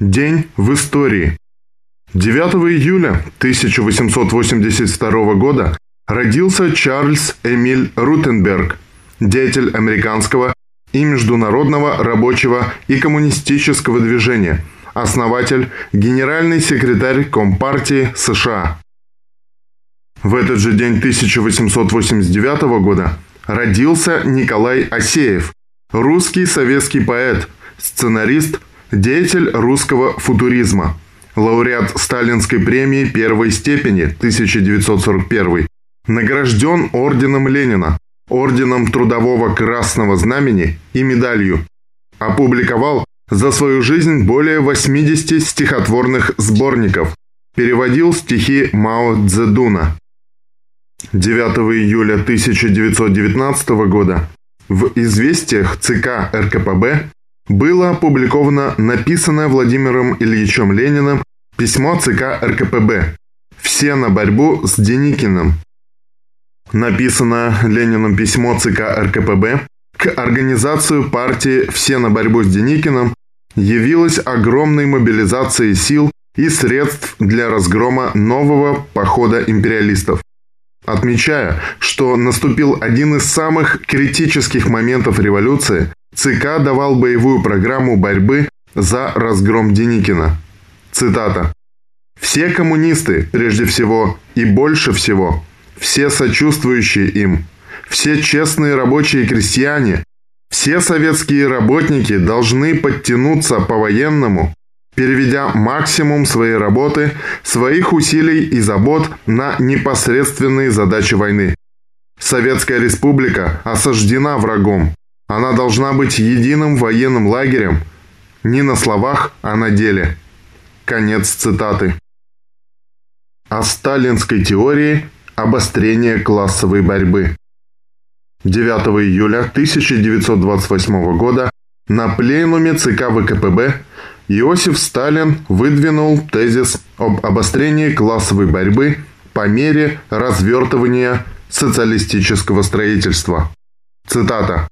День в истории. 9 июля 1882 года родился Чарльз Эмиль Рутенберг, деятель американского и международного рабочего и коммунистического движения, основатель, генеральный секретарь Компартии США. В этот же день 1889 года родился Николай Асеев, русский советский поэт, сценарист, деятель русского футуризма, лауреат Сталинской премии первой степени 1941, награжден орденом Ленина, орденом Трудового Красного Знамени и медалью. Опубликовал за свою жизнь более 80 стихотворных сборников, переводил стихи Мао Цзэдуна. 9 июля 1919 года в «Известиях ЦК РКПБ» было опубликовано написанное Владимиром Ильичем Лениным письмо ЦК РКПБ «Все на борьбу с Деникиным». Написанное Лениным письмо ЦК РКПБ к организацию партии «Все на борьбу с Деникиным» явилось огромной мобилизацией сил и средств для разгрома нового похода империалистов. Отмечая, что наступил один из самых критических моментов революции, ЦК давал боевую программу борьбы за разгром Деникина. Цитата. «Все коммунисты, прежде всего и больше всего, все сочувствующие им, все честные рабочие и крестьяне, все советские работники должны подтянуться по-военному, переведя максимум своей работы, своих усилий и забот на непосредственные задачи войны. Советская республика осаждена врагом. Она должна быть единым военным лагерем, не на словах, а на деле». Конец цитаты. О сталинской теории обострения классовой борьбы. 9 июля 1928 года на пленуме ЦК ВКПБ Иосиф Сталин выдвинул тезис об обострении классовой борьбы по мере развертывания социалистического строительства. Цитата.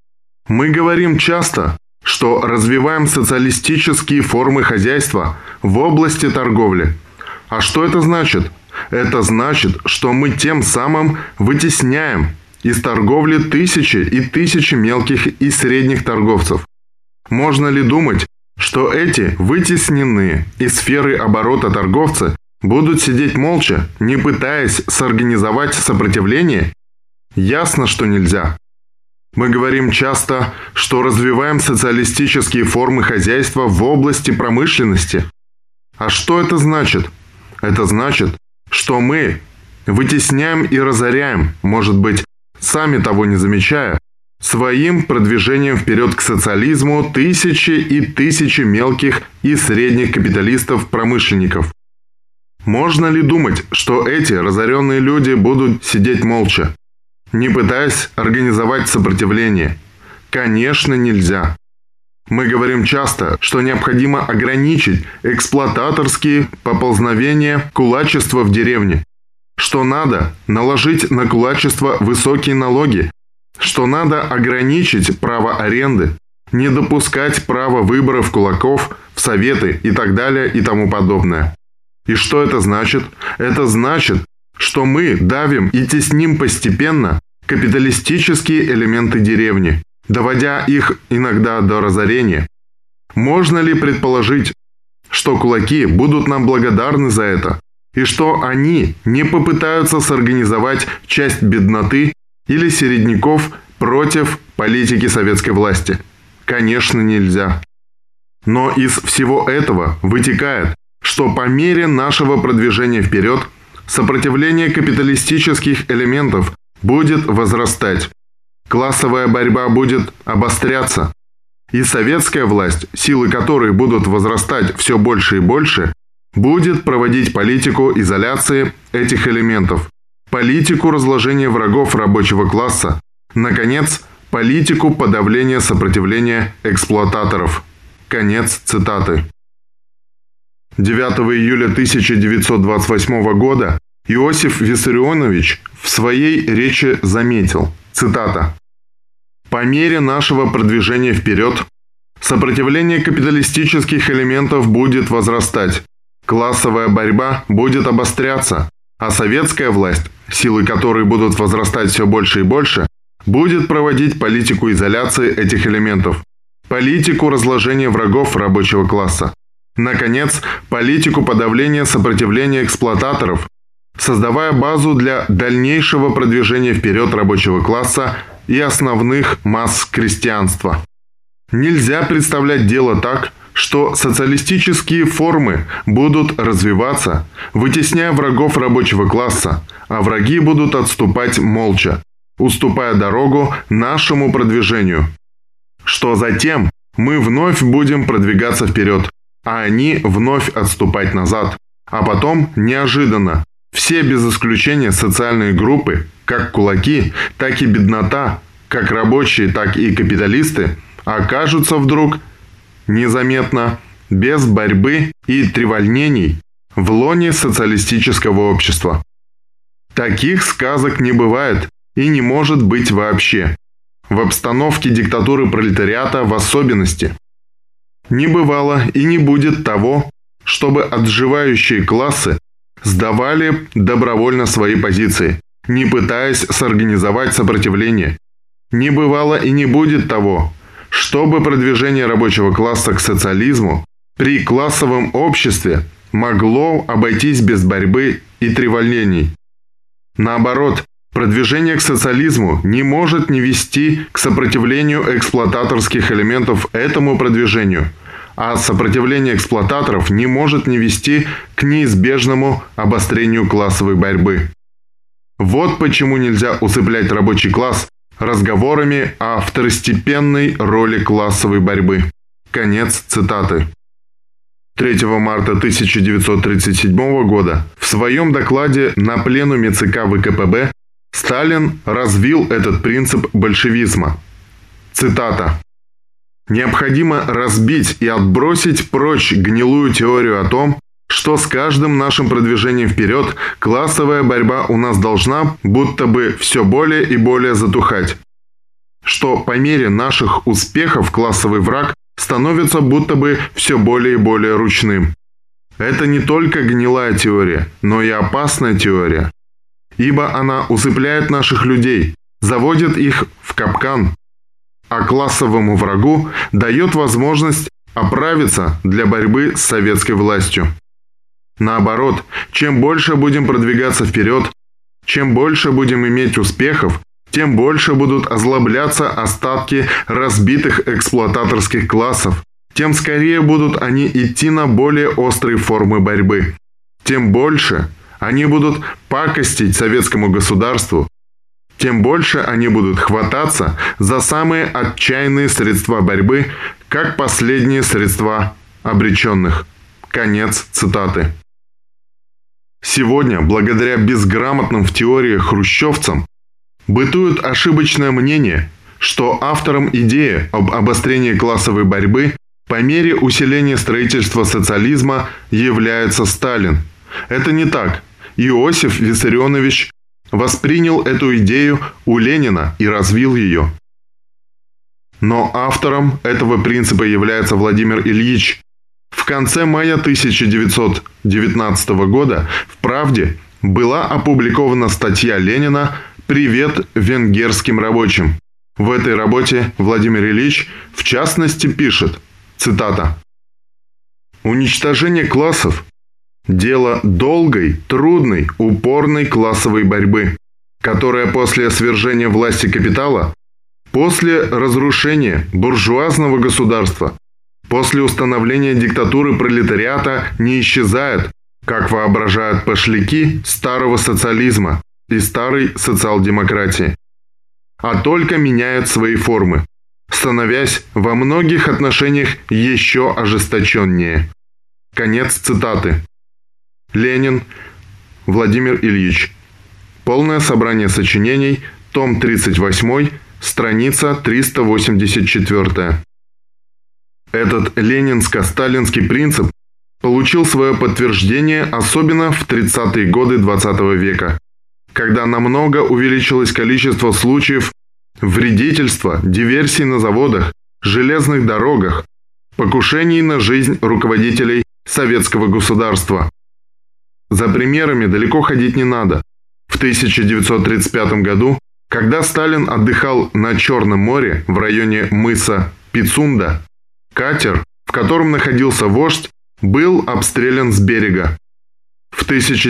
«Мы говорим часто, что развиваем социалистические формы хозяйства в области торговли. А что это значит? Это значит, что мы тем самым вытесняем из торговли тысячи и тысячи мелких и средних торговцев. Можно ли думать, что эти вытесненные из сферы оборота торговцы будут сидеть молча, не пытаясь сорганизовать сопротивление? Ясно, что нельзя. Мы говорим часто, что развиваем социалистические формы хозяйства в области промышленности. А что это значит? Это значит, что мы вытесняем и разоряем, может быть, сами того не замечая, своим продвижением вперед к социализму тысячи и тысячи мелких и средних капиталистов-промышленников. Можно ли думать, что эти разоренные люди будут сидеть молча, не пытаясь организовать сопротивление? Конечно, нельзя. Мы говорим часто, что необходимо ограничить эксплуататорские поползновения кулачества в деревне, что надо наложить на кулачество высокие налоги, что надо ограничить право аренды, не допускать права выборов кулаков в советы и так далее и тому подобное. И что это значит? Это значит, что мы давим и тесним постепенно капиталистические элементы деревни, доводя их иногда до разорения. Можно ли предположить, что кулаки будут нам благодарны за это, и что они не попытаются сорганизовать часть бедноты или середняков против политики советской власти? Конечно, нельзя. Но из всего этого вытекает, что по мере нашего продвижения вперед сопротивление капиталистических элементов будет возрастать, классовая борьба будет обостряться, и советская власть, силы которой будут возрастать все больше и больше, будет проводить политику изоляции этих элементов, политику разложения врагов рабочего класса, наконец, политику подавления сопротивления эксплуататоров». Конец цитаты. 9 июля 1928 года Иосиф Виссарионович в своей речи заметил, цитата, «По мере нашего продвижения вперед Сопротивление капиталистических элементов будет возрастать. Классовая борьба будет обостряться, а советская власть, силы которой будут возрастать все больше и больше, будет проводить политику изоляции этих элементов, политику разложения врагов рабочего класса. Наконец, политику подавления сопротивления эксплуататоров, создавая базу для дальнейшего продвижения вперед рабочего класса и основных масс крестьянства. Нельзя представлять дело так, что социалистические формы будут развиваться, вытесняя врагов рабочего класса, а враги будут отступать молча, уступая дорогу нашему продвижению. Что затем мы вновь будем продвигаться вперед, а они вновь отступать назад. А потом, неожиданно, все без исключения социальные группы, как кулаки, так и беднота, как рабочие, так и капиталисты, окажутся вдруг незаметно, без борьбы и треволнений, в лоне социалистического общества. Таких сказок не бывает и не может быть вообще. В обстановке диктатуры пролетариата в особенности. Не бывало и не будет того, чтобы отживающие классы сдавали добровольно свои позиции, не пытаясь сорганизовать сопротивление. Не бывало и не будет того, чтобы продвижение рабочего класса к социализму при классовом обществе могло обойтись без борьбы и треволнений. Наоборот, продвижение к социализму не может не вести к сопротивлению эксплуататорских элементов этому продвижению, а сопротивление эксплуататоров не может не вести к неизбежному обострению классовой борьбы. Вот почему нельзя усыплять рабочий класс разговорами о второстепенной роли классовой борьбы. Конец цитаты. 3 марта 1937 года в своем докладе на пленуме ЦК ВКПБ Сталин развил этот принцип большевизма. Цитата. «Необходимо разбить и отбросить прочь гнилую теорию о том, что с каждым нашим продвижением вперед классовая борьба у нас должна будто бы все более и более затухать. Что по мере наших успехов классовый враг становится будто бы все более и более ручным. Это не только гнилая теория, но и опасная теория. Ибо она усыпляет наших людей, заводит их в капкан, а классовому врагу дает возможность оправиться для борьбы с советской властью. Наоборот, чем больше будем продвигаться вперед, чем больше будем иметь успехов, тем больше будут озлобляться остатки разбитых эксплуататорских классов, тем скорее будут они идти на более острые формы борьбы, тем больше они будут пакостить советскому государству, тем больше они будут хвататься за самые отчаянные средства борьбы, как последние средства обреченных». Конец цитаты. Сегодня, благодаря безграмотным в теории хрущевцам, бытует ошибочное мнение, что автором идеи об обострении классовой борьбы по мере усиления строительства социализма является Сталин. Это не так. Иосиф Виссарионович воспринял эту идею у Ленина и развил ее. Но автором этого принципа является Владимир Ильич. В конце мая 1919 года в «Правде» была опубликована статья Ленина «Привет венгерским рабочим». В этой работе Владимир Ильич в частности пишет, цитата, «Уничтожение классов – дело долгой, трудной, упорной классовой борьбы, которая после свержения власти капитала, после разрушения буржуазного государства, после установления диктатуры пролетариата не исчезает, как воображают пошляки старого социализма и старой социал-демократии, а только меняют свои формы, становясь во многих отношениях еще ожесточеннее». Конец цитаты. Ленин, Владимир Ильич. Полное собрание сочинений, том 38, страница 384. Этот ленинско-сталинский принцип получил свое подтверждение особенно в 30-е годы XX века, когда намного увеличилось количество случаев вредительства, диверсий на заводах, железных дорогах, покушений на жизнь руководителей советского государства. За примерами далеко ходить не надо. В 1935 году, когда Сталин отдыхал на Черном море в районе мыса Пицунда, катер, в котором находился вождь, был обстрелян с берега. В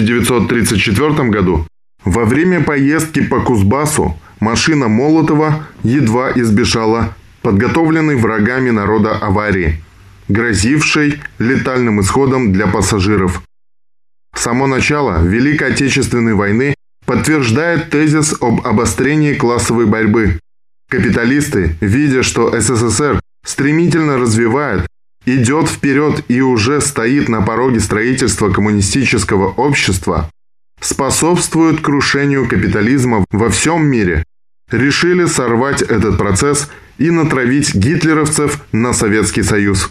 1934 году, во время поездки по Кузбассу, машина Молотова едва избежала подготовленной врагами народа аварии, грозившей летальным исходом для пассажиров. Само начало Великой Отечественной войны подтверждает тезис об обострении классовой борьбы. Капиталисты, видя, что СССР стремительно развивает, идет вперед и уже стоит на пороге строительства коммунистического общества, способствуют крушению капитализма во всем мире, решили сорвать этот процесс и натравить гитлеровцев на Советский Союз.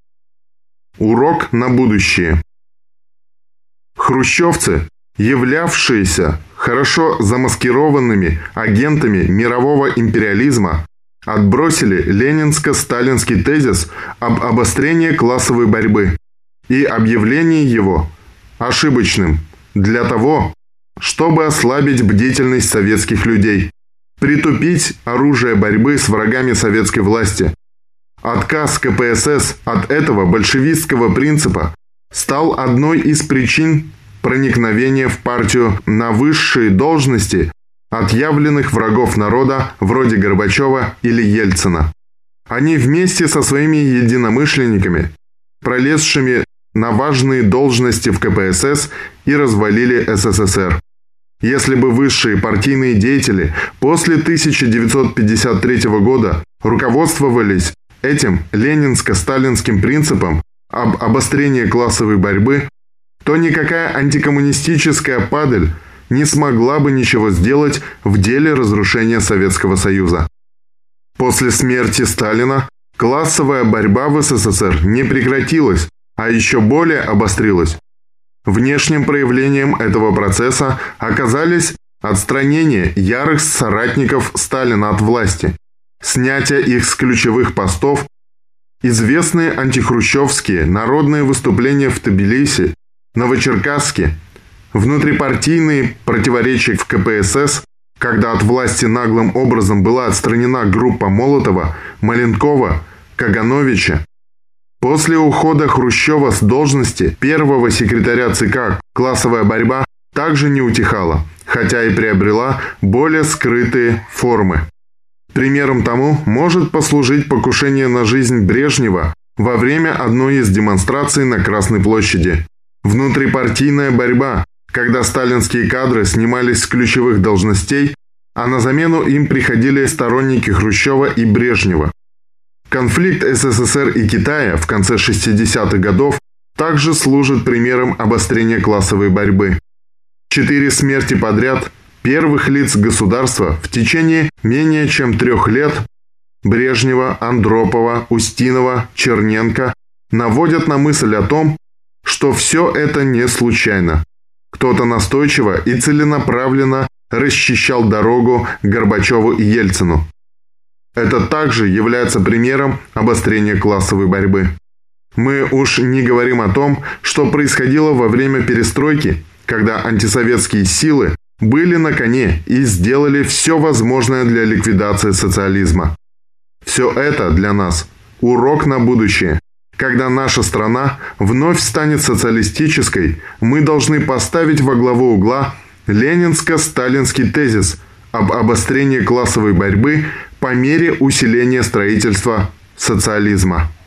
Урок на будущее. Хрущевцы, являвшиеся хорошо замаскированными агентами мирового империализма, отбросили ленинско-сталинский тезис об обострении классовой борьбы и объявлении его ошибочным для того, чтобы ослабить бдительность советских людей, притупить оружие борьбы с врагами советской власти. Отказ КПСС от этого большевистского принципа стал одной из причин проникновения в партию на высшие должности отъявленных врагов народа вроде Горбачева или Ельцина. Они вместе со своими единомышленниками, пролезшими на важные должности в КПСС, и развалили СССР. Если бы высшие партийные деятели после 1953 года руководствовались этим ленинско-сталинским принципом об обострении классовой борьбы, то никакая антикоммунистическая падаль не смогла бы ничего сделать в деле разрушения Советского Союза. После смерти Сталина классовая борьба в СССР не прекратилась, а еще более обострилась. Внешним проявлением этого процесса оказались отстранение ярых соратников Сталина от власти, снятие их с ключевых постов, известные антихрущевские народные выступления в Тбилиси, Новочеркасске, внутрипартийные противоречия в КПСС, когда от власти наглым образом была отстранена группа Молотова, Маленкова, Кагановича. После ухода Хрущева с должности первого секретаря ЦК классовая борьба также не утихала, хотя и приобрела более скрытые формы. Примером тому может послужить покушение на жизнь Брежнева во время одной из демонстраций на Красной площади. Внутрипартийная борьба, когда сталинские кадры снимались с ключевых должностей, а на замену им приходили сторонники Хрущева и Брежнева. Конфликт СССР и Китая в конце 60-х годов также служит примером обострения классовой борьбы. 4 смерти подряд первых лиц государства в течение менее чем 3 лет Брежнева, Андропова, Устинова, Черненко наводят на мысль о том, что все это не случайно. Кто-то настойчиво и целенаправленно расчищал дорогу Горбачеву и Ельцину. Это также является примером обострения классовой борьбы. Мы уж не говорим о том, что происходило во время перестройки, когда антисоветские силы были на коне и сделали все возможное для ликвидации социализма. Все это для нас урок на будущее. Когда наша страна вновь станет социалистической, мы должны поставить во главу угла ленинско-сталинский тезис об обострении классовой борьбы по мере усиления строительства социализма.